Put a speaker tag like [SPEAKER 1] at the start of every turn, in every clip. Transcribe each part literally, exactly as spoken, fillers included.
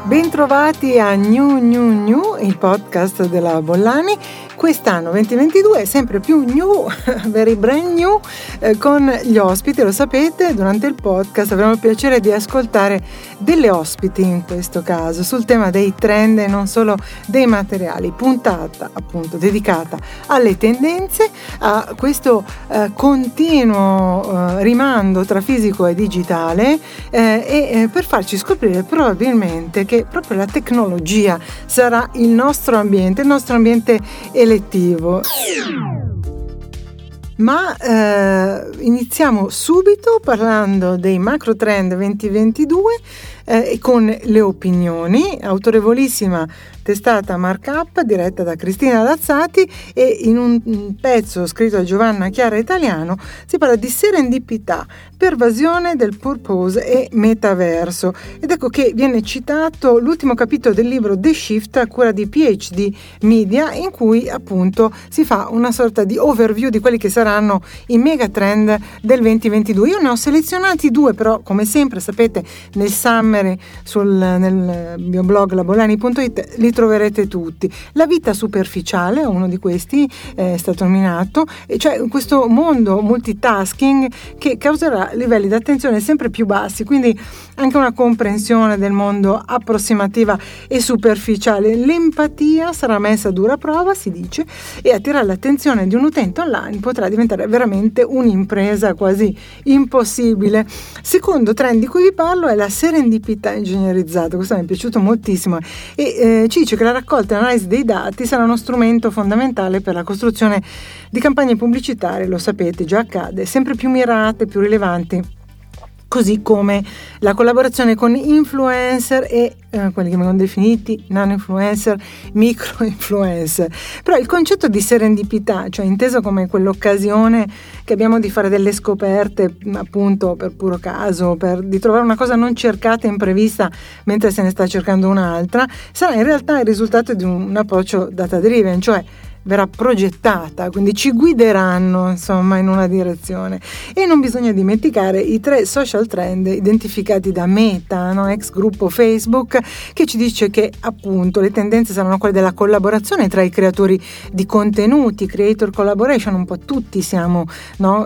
[SPEAKER 1] Bentrovati a New New New, il podcast della Bollani. Quest'anno duemilaventidue è sempre più new, very brand new, eh, con gli ospiti. Lo sapete, durante il podcast avremo il piacere di ascoltare delle ospiti, in questo caso, sul tema dei trend e non solo dei materiali. Puntata appunto dedicata alle tendenze, a questo eh, continuo eh, rimando tra fisico e digitale eh, e eh, per farci scoprire probabilmente che proprio la tecnologia sarà il nostro ambiente, il nostro ambiente elettivo. Ma eh, iniziamo subito parlando dei macro trend duemilaventidue eh, e con le opinioni. Autorevolissima testata Markup diretta da Cristina Lazzati, e in un pezzo scritto da Giovanna Chiara Italiano si parla di serendipità, pervasione del purpose e metaverso, ed ecco che viene citato l'ultimo capitolo del libro The Shift a cura di P H D Media, in cui appunto si fa una sorta di overview di quelli che saranno i mega trend del duemilaventidue. Io ne ho selezionati due, però come sempre sapete nel summary sul, nel mio blog labolani punto it li troverete tutti. La vita superficiale, uno di questi è stato nominato, e cioè questo mondo multitasking che causerà livelli di attenzione sempre più bassi, quindi anche una comprensione del mondo approssimativa e superficiale. L'empatia sarà messa a dura prova, si dice, e attirare l'attenzione di un utente online potrà diventare veramente un'impresa quasi impossibile. Secondo trend di cui vi parlo è la serendipità ingegnerizzata. Questo mi è piaciuto moltissimo e eh, ci dice che la raccolta e l'analisi dei dati sarà uno strumento fondamentale per la costruzione di campagne pubblicitarie, lo sapete, già accade, sempre più mirate, più rilevanti, così come la collaborazione con influencer e eh, quelli che vengono definiti nano influencer, micro influencer. Però il concetto di serendipità, cioè inteso come quell'occasione che abbiamo di fare delle scoperte appunto per puro caso, per di trovare una cosa non cercata, imprevista, mentre se ne sta cercando un'altra, sarà in realtà il risultato di un, un approccio data driven, cioè verrà progettata, quindi ci guideranno insomma in una direzione. E non bisogna dimenticare i tre social trend identificati da Meta, no? Ex gruppo Facebook, che ci dice che appunto le tendenze saranno quelle della collaborazione tra i creatori di contenuti, creator collaboration. Un po' tutti siamo, no?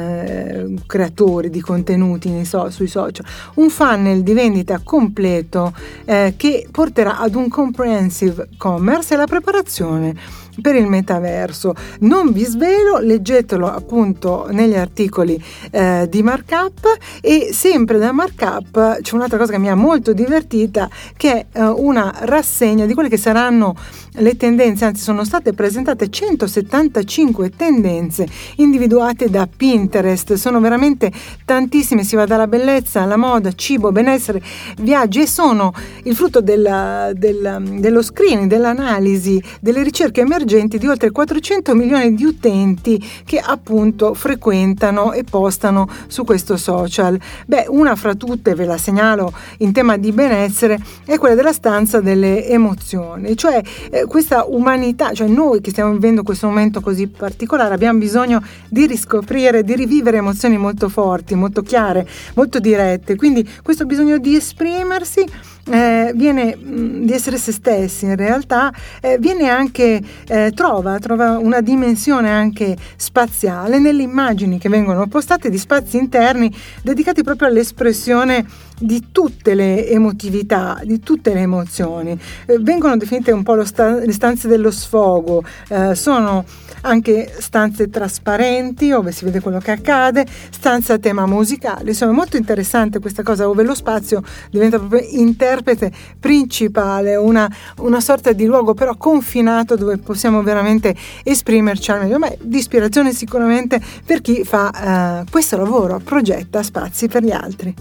[SPEAKER 1] eh, creatori di contenuti nei so- sui social. Un funnel di vendita completo eh, che porterà ad un comprehensive commerce e la preparazione per il metaverso. Non vi svelo, leggetelo appunto negli articoli eh, di Markup. E sempre da Markup c'è un'altra cosa che mi ha molto divertita, che è eh, una rassegna di quelle che saranno le tendenze, anzi sono state presentate centosettantacinque tendenze individuate da Pinterest. Sono veramente tantissime, si va dalla bellezza alla moda, cibo, benessere, viaggi, e sono il frutto della, della, dello screening, dell'analisi, delle ricerche emergenti di oltre quattrocento milioni di utenti che appunto frequentano e postano su questo social. Beh, una fra tutte, ve la segnalo in tema di benessere, è quella della stanza delle emozioni, cioè eh, questa umanità, cioè noi che stiamo vivendo questo momento così particolare abbiamo bisogno di riscoprire, di rivivere emozioni molto forti, molto chiare, molto dirette, quindi questo bisogno di esprimersi Eh, viene mh, di essere se stessi in realtà eh, viene anche eh, trova, trova una dimensione anche spaziale nelle immagini che vengono postate di spazi interni dedicati proprio all'espressione di tutte le emotività, di tutte le emozioni. Eh, vengono definite un po' lo sta- le stanze dello sfogo, eh, sono anche stanze trasparenti dove si vede quello che accade, stanze a tema musicale. Insomma, è molto interessante questa cosa dove lo spazio diventa proprio interprete principale, una, una sorta di luogo però confinato dove possiamo veramente esprimerci al meglio, ma di ispirazione sicuramente per chi fa eh, questo lavoro, progetta spazi per gli altri.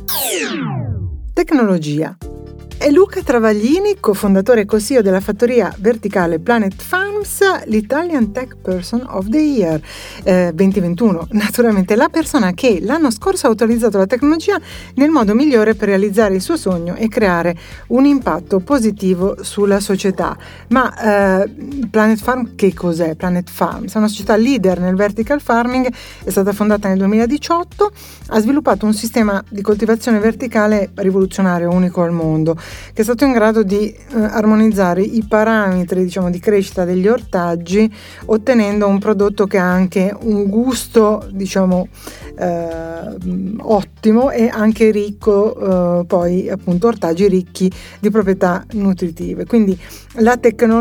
[SPEAKER 1] Tecnologia. È Luca Travaglini, cofondatore e co-C E O della fattoria verticale Planet Farm, Times l'Italian Tech Person of the Year eh, duemilaventuno, naturalmente la persona che l'anno scorso ha utilizzato la tecnologia nel modo migliore per realizzare il suo sogno e creare un impatto positivo sulla società. Ma eh, Planet Farm che cos'è? Planet Farms è una società leader nel vertical farming, è stata fondata nel duemiladiciotto, ha sviluppato un sistema di coltivazione verticale rivoluzionario, unico al mondo, che è stato in grado di eh, armonizzare i parametri, diciamo, di crescita degli ortaggi, ottenendo un prodotto che ha anche un gusto, diciamo, eh, ottimo e anche ricco, eh, poi appunto ortaggi ricchi di proprietà nutritive. Quindi la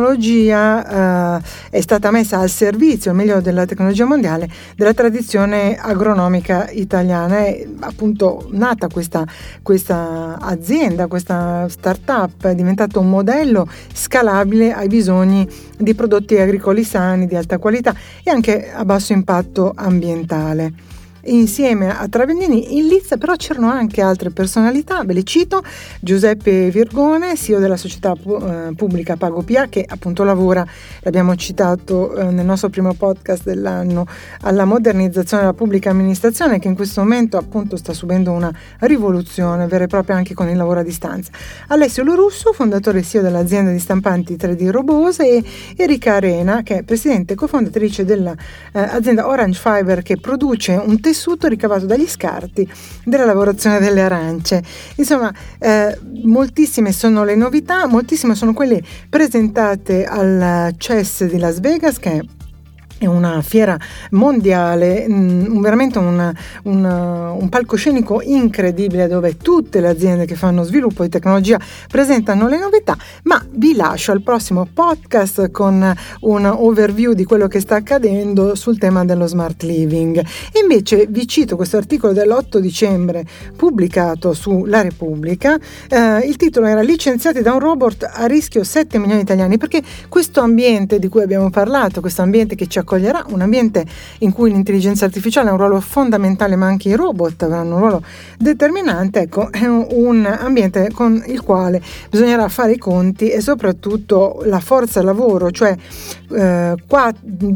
[SPEAKER 1] tecnologia eh, è stata messa al servizio, al meglio della tecnologia mondiale, della tradizione agronomica italiana. È appunto nata questa, questa azienda, questa startup, è diventato un modello scalabile ai bisogni di prodotti agricoli sani, di alta qualità e anche a basso impatto ambientale. Insieme a Travellini in lista però c'erano anche altre personalità, ve le cito: Giuseppe Virgone, C E O della società eh, pubblica Pagopia, che appunto lavora, l'abbiamo citato eh, nel nostro primo podcast dell'anno, alla modernizzazione della pubblica amministrazione, che in questo momento appunto sta subendo una rivoluzione vera e propria anche con il lavoro a distanza. Alessio Lorusso, fondatore e C E O dell'azienda di stampanti tre D Robose, e Erika Arena, che è presidente e cofondatrice dell'azienda eh, Orange Fiber, che produce un tessuto ricavato dagli scarti della lavorazione delle arance. Insomma, eh, moltissime sono le novità, moltissime sono quelle presentate al C E S di Las Vegas, che è è una fiera mondiale, mh, veramente un, un, un palcoscenico incredibile, dove tutte le aziende che fanno sviluppo di tecnologia presentano le novità. Ma vi lascio al prossimo podcast con un overview di quello che sta accadendo sul tema dello smart living. E invece vi cito questo articolo dell'otto dicembre pubblicato su La Repubblica. Eh, il titolo era "Licenziati da un robot, a rischio sette milioni di italiani", perché questo ambiente di cui abbiamo parlato, questo ambiente che ci accoglierà, un ambiente in cui l'intelligenza artificiale ha un ruolo fondamentale, ma anche i robot avranno un ruolo determinante, ecco, è un ambiente con il quale bisognerà fare i conti, e soprattutto la forza lavoro, cioè eh, qua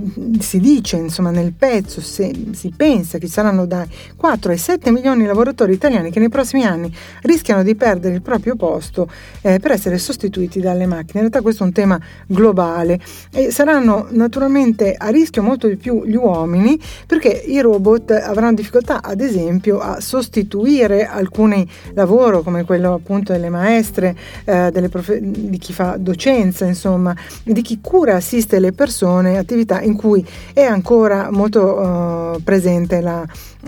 [SPEAKER 1] si dice, insomma, nel pezzo, se si pensa che ci saranno dai quattro ai sette milioni di lavoratori italiani che nei prossimi anni rischiano di perdere il proprio posto eh, per essere sostituiti dalle macchine. In realtà questo è un tema globale e saranno naturalmente a rischio molto di più gli uomini, perché i robot avranno difficoltà, ad esempio, a sostituire alcuni lavori, come quello appunto delle maestre, eh, delle profe- di chi fa docenza, insomma, di chi cura, assiste le persone, attività in cui è ancora molto eh, presente la,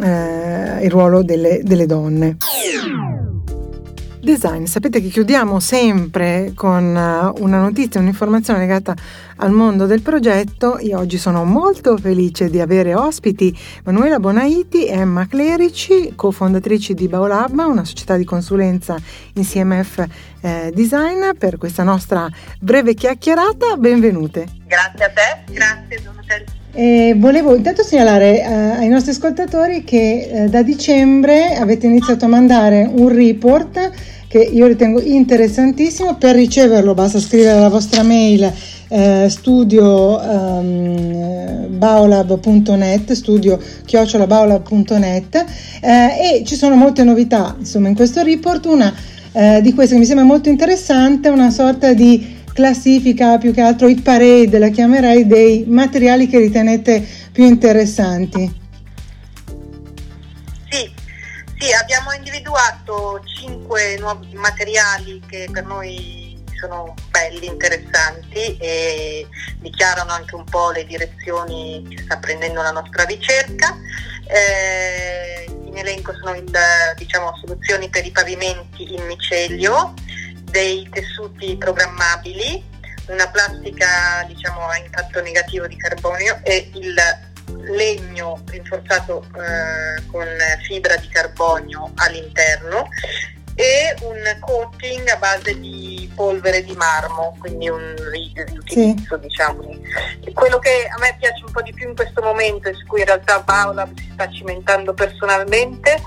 [SPEAKER 1] eh, il ruolo delle, delle donne. Design, sapete che chiudiamo sempre con una notizia, un'informazione legata al mondo del progetto. Io oggi sono molto felice di avere ospiti Manuela Bonaiti e Emma Clerici, cofondatrici di Baolab, una società di consulenza in C M F eh, Design, per questa nostra breve chiacchierata. Benvenute.
[SPEAKER 2] Grazie a te, grazie Donatella.
[SPEAKER 1] E volevo intanto segnalare eh, ai nostri ascoltatori che eh, da dicembre avete iniziato a mandare un report che io ritengo interessantissimo. Per riceverlo basta scrivere la vostra mail eh, studio um, baolab punto net, studio chiocciola baolab punto net, eh, e ci sono molte novità insomma in questo report. Una eh, di queste che mi sembra molto interessante, una sorta di classifica, più che altro hit parade la chiamerei, dei materiali che ritenete più interessanti.
[SPEAKER 2] Sì, sì, abbiamo individuato cinque nuovi materiali che per noi sono belli, interessanti e dichiarano anche un po' le direzioni che sta prendendo la nostra ricerca. Eh, in elenco sono il, diciamo, soluzioni per i pavimenti in micelio, dei tessuti programmabili, una plastica, diciamo, a impatto negativo di carbonio, e il legno rinforzato eh, con fibra di carbonio all'interno, e un coating a base di polvere di marmo, quindi un riutilizzo, sì. diciamo. E quello che a me piace un po' di più in questo momento, e su cui in realtà Baolab si sta cimentando personalmente,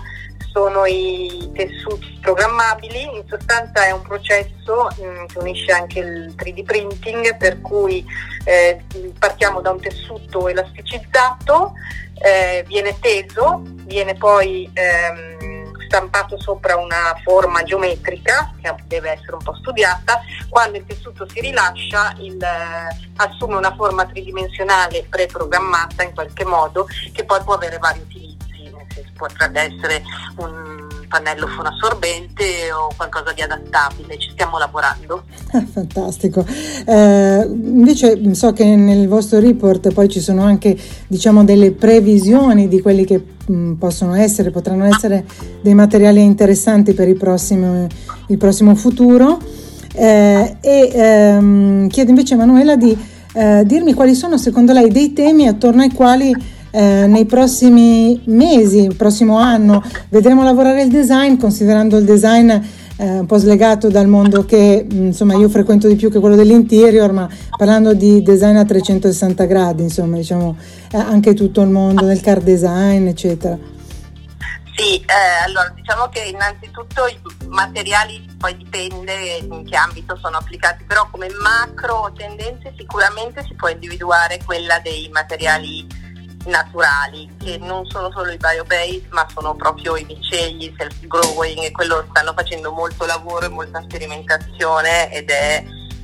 [SPEAKER 2] sono i tessuti programmabili. In sostanza è un processo mh, che unisce anche il tre D printing, per cui eh, partiamo da un tessuto elasticizzato, eh, viene teso, viene poi ehm, stampato sopra una forma geometrica che deve essere un po' studiata. Quando il tessuto si rilascia, il, eh, assume una forma tridimensionale preprogrammata in qualche modo, che poi può avere vari utilizzi. Potrebbe essere un pannello fonoassorbente o qualcosa di adattabile, ci stiamo lavorando.
[SPEAKER 1] Ah, fantastico. Eh, invece so che nel vostro report poi ci sono anche, diciamo, delle previsioni di quelli che mh, possono essere, potranno essere dei materiali interessanti per il prossimo, il prossimo futuro. Eh, e ehm, chiedo invece a Manuela di eh, dirmi quali sono secondo lei dei temi attorno ai quali Eh, nei prossimi mesi, il prossimo anno vedremo lavorare il design, considerando il design eh, un po' slegato dal mondo che insomma io frequento di più, che quello dell'interior, ma parlando di design a trecentosessanta gradi, insomma, diciamo eh, anche tutto il mondo del car design, eccetera.
[SPEAKER 2] Sì, eh, allora diciamo che innanzitutto i materiali, poi dipende in che ambito sono applicati, però come macro tendenze sicuramente si può individuare quella dei materiali naturali, che non sono solo i bio-based, ma sono proprio i micegli, self-growing, e quello stanno facendo molto lavoro e molta sperimentazione, ed è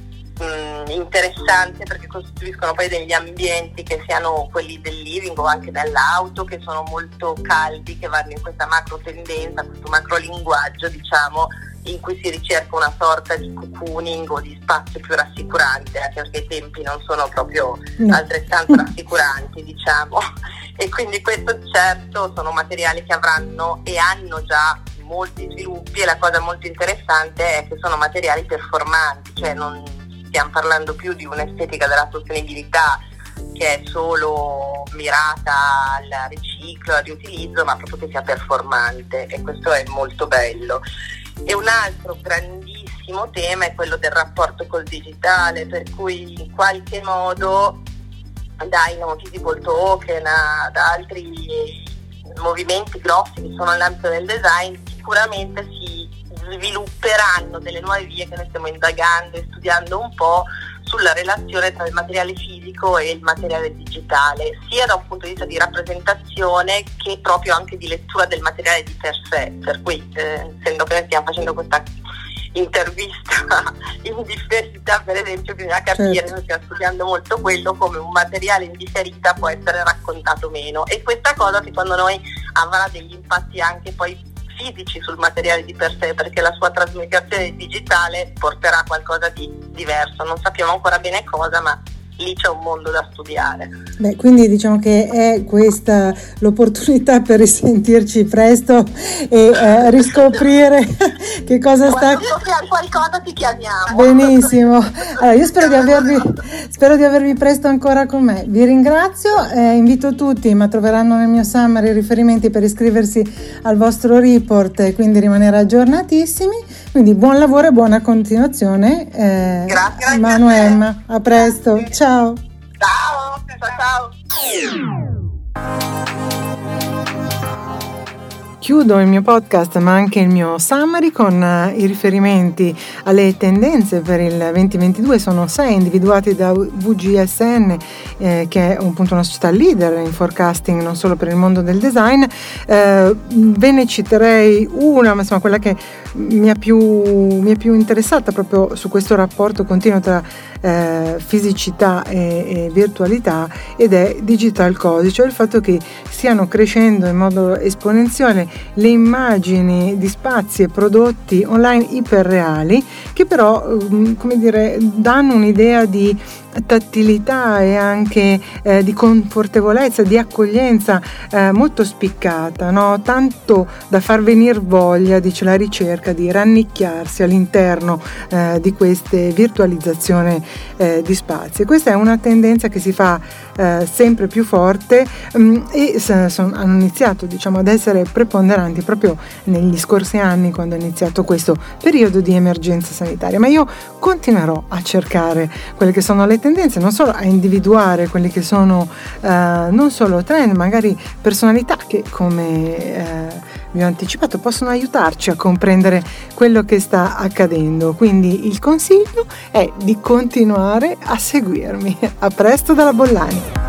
[SPEAKER 2] mh, interessante perché costituiscono poi degli ambienti, che siano quelli del living o anche dell'auto, che sono molto caldi, che vanno in questa macro tendenza, questo macro linguaggio, diciamo, in cui si ricerca una sorta di cocooning o di spazio più rassicurante, anche perché i tempi non sono proprio
[SPEAKER 1] no.
[SPEAKER 2] altrettanto rassicuranti, diciamo, e quindi questo certo sono materiali che avranno e hanno già molti sviluppi, e la cosa molto interessante è che sono materiali performanti, cioè non stiamo parlando più di un'estetica della sostenibilità che è solo mirata al riciclo, al riutilizzo, ma proprio che sia performante, e questo è molto bello. E un altro grandissimo tema è quello del rapporto col digitale, per cui in qualche modo dai No Visible Token a, da altri movimenti grossi che sono nell'ambito del design, sicuramente si svilupperanno delle nuove vie che noi stiamo indagando e studiando un po' sulla relazione tra il materiale fisico e il materiale digitale, sia da un punto di vista di rappresentazione che proprio anche di lettura del materiale di per sé. Per cui, eh, essendo che noi stiamo facendo questa intervista in differita, per esempio, bisogna capire, certo. Noi stiamo studiando molto quello, come un materiale in differita può essere raccontato meno, e questa cosa secondo noi avrà degli impatti anche poi fisici sul materiale di per sé, perché la sua trasmigrazione digitale porterà a qualcosa di diverso, non sappiamo ancora bene cosa, ma lì c'è un mondo da studiare.
[SPEAKER 1] Beh, quindi diciamo che è questa l'opportunità per risentirci presto e eh, riscoprire che cosa sta.
[SPEAKER 2] Quando qualcosa ti chiamiamo.
[SPEAKER 1] Benissimo. Allora, io spero di avervi spero di avervi presto ancora con me. Vi ringrazio, eh, invito tutti, ma troveranno nel mio summary riferimenti per iscriversi al vostro report e quindi rimanere aggiornatissimi. Quindi buon lavoro e buona continuazione. Eh,
[SPEAKER 2] grazie,
[SPEAKER 1] Manuela, a presto. Ciao.
[SPEAKER 2] Ciao, ciao, ciao.
[SPEAKER 1] Chiudo il mio podcast, ma anche il mio summary, con uh, i riferimenti alle tendenze per il venti ventidue. Sono sei individuati da V G S N, eh, che è appunto una società leader in forecasting non solo per il mondo del design. Eh, ve ne citerei una, ma insomma quella che mi ha più, mi è più interessata proprio su questo rapporto continuo tra eh, fisicità e, e virtualità, ed è Digital Cozy, cioè il fatto che stiano crescendo in modo esponenziale le immagini di spazi e prodotti online iperreali, che però come dire danno un'idea di tattilità e anche eh, di confortevolezza, di accoglienza eh, molto spiccata, no? Tanto da far venire voglia, dice la ricerca, di rannicchiarsi all'interno eh, di queste virtualizzazioni eh, di spazi. Questa è una tendenza che si fa eh, sempre più forte mh, e son, hanno iniziato diciamo ad essere preponderanti proprio negli scorsi anni, quando è iniziato questo periodo di emergenza sanitaria. Ma io continuerò a cercare quelle che sono le tendenze, non solo a individuare quelli che sono eh, non solo trend, magari personalità che come eh, vi ho anticipato, possono aiutarci a comprendere quello che sta accadendo. Quindi il consiglio è di continuare a seguirmi. A presto dalla Bollani.